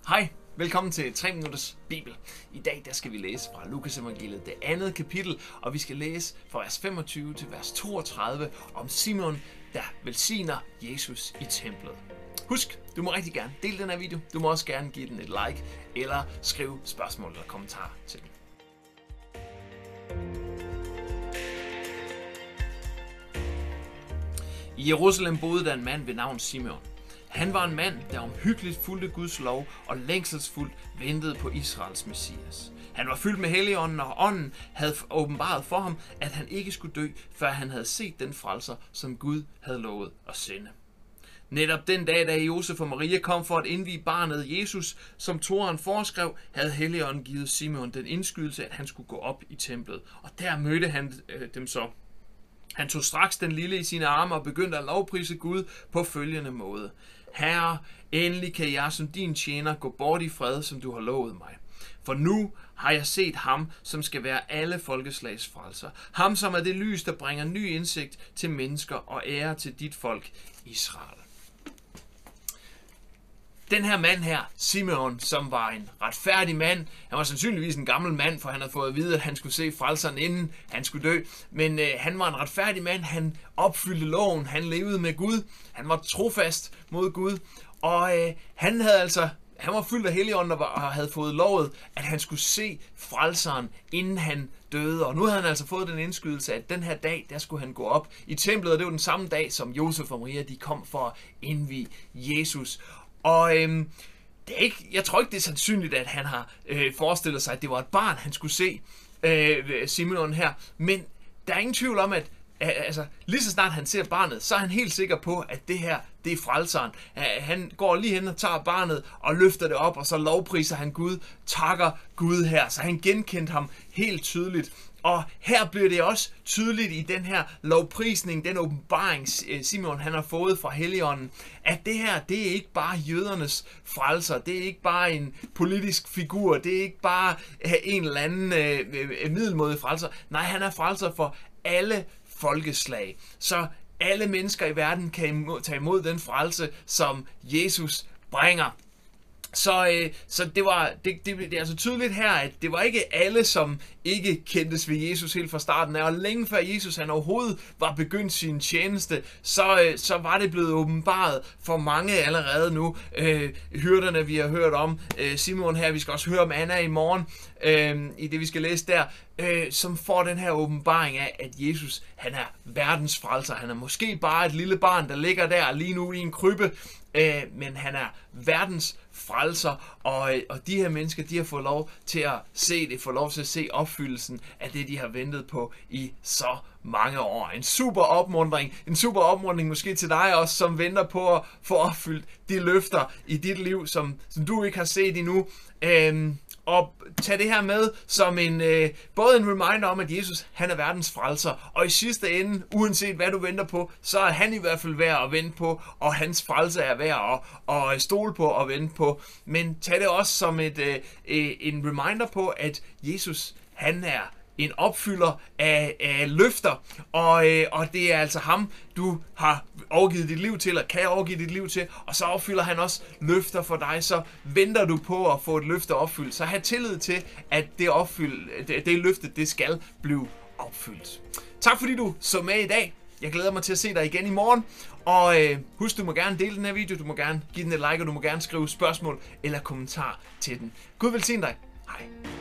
Hej, velkommen til 3 minutters Bibel. I dag der skal vi læse fra Lukas evangeliet, det andet kapitel, og vi skal læse fra vers 25 til vers 32 om Simon, der velsigner Jesus i templet. Husk, du må rigtig gerne dele den her video. Du må også gerne give den et like, eller skrive spørgsmål eller kommentarer til den. I Jerusalem boede der en mand ved navn Simon. Han var en mand, der omhyggeligt fulgte Guds lov og længselsfuldt ventede på Israels Messias. Han var fyldt med Helligånden, og ånden havde åbenbaret for ham, at han ikke skulle dø, før han havde set den frelser, som Gud havde lovet at sende. Netop den dag, da Josef og Maria kom for at indvie barnet Jesus, som Torahen foreskrev, havde Helligånden givet Simon den indskydelse, at han skulle gå op i templet. Og der mødte han dem så. Han tog straks den lille i sine arme og begyndte at lovprise Gud på følgende måde. Herre, endelig kan jeg som din tjener gå bort i fred, som du har lovet mig. For nu har jeg set ham, som skal være alle folkeslags frelser. Ham, som er det lys, der bringer ny indsigt til mennesker og ære til dit folk, Israel. Den her mand her, Simon, som var en retfærdig mand, han var sandsynligvis en gammel mand, for han havde fået at vide, at han skulle se frelseren, inden han skulle dø. Men han var en retfærdig mand, han opfyldte loven, han levede med Gud, han var trofast mod Gud, og han var fyldt af Helligånden og havde fået lovet, at han skulle se frelseren, inden han døde. Og nu havde han altså fået den indskydelse, at den her dag, der skulle han gå op i templet, og det var den samme dag, som Josef og Maria de kom for at indvie Jesus. Og jeg tror ikke, det er sandsynligt, at han har forestillet sig, at det var et barn, han skulle se, Simon her. Men der er ingen tvivl om, at lige så snart han ser barnet, så er han helt sikker på, at det her, det er frelseren. Han går lige hen og tager barnet og løfter det op, og så lovpriser han Gud, takker Gud her. Så han genkendte ham helt tydeligt. Og her bliver det også tydeligt i den her lovprisning, den åbenbaring, Simon han har fået fra Helligånden, at det her, det er ikke bare jødernes frelser, det er ikke bare en politisk figur, det er ikke bare en eller anden middelmådig frelser. Nej, han er frelser for alle folkeslag. Så alle mennesker i verden kan tage imod den frelse, som Jesus bringer. Så det er altså tydeligt her, at det var ikke alle, som ikke kendtes ved Jesus helt fra starten af. Og længe før Jesus han overhovedet var begyndt sin tjeneste, så var det blevet åbenbaret for mange allerede nu. Hyrderne, vi har hørt om, Simon her, vi skal også høre om Anna i morgen, i det vi skal læse der, som får den her åbenbaring af, at Jesus han er verdens frelser. Han er måske bare et lille barn, der ligger der lige nu i en krybbe, men han er verdens frelser, og de her mennesker, de har fået lov til at se det, fået lov til at se opfyldelsen af det, de har ventet på i så mange år. En super opmuntring måske til dig også, som venter på at få opfyldt de løfter i dit liv, som du ikke har set endnu. Og tag det her med som både en reminder om, at Jesus han er verdens frelser, og i sidste ende, uanset hvad du venter på, så er han i hvert fald værd at vente på, og hans frelse er værd at stole på og vente på. Men tag det også som en reminder på, at Jesus han er en opfylder af løfter, og det er altså ham, du har overgivet dit liv til, eller kan overgive dit liv til, og så opfylder han også løfter for dig. Så venter du på at få et løfte opfyldt, så have tillid til, at det løfte, det skal blive opfyldt. Tak fordi du så med i dag. Jeg glæder mig til at se dig igen i morgen, og husk, du må gerne dele den her video, du må gerne give den et like, og du må gerne skrive spørgsmål eller kommentar til den. Gud velsigne dig. Hej.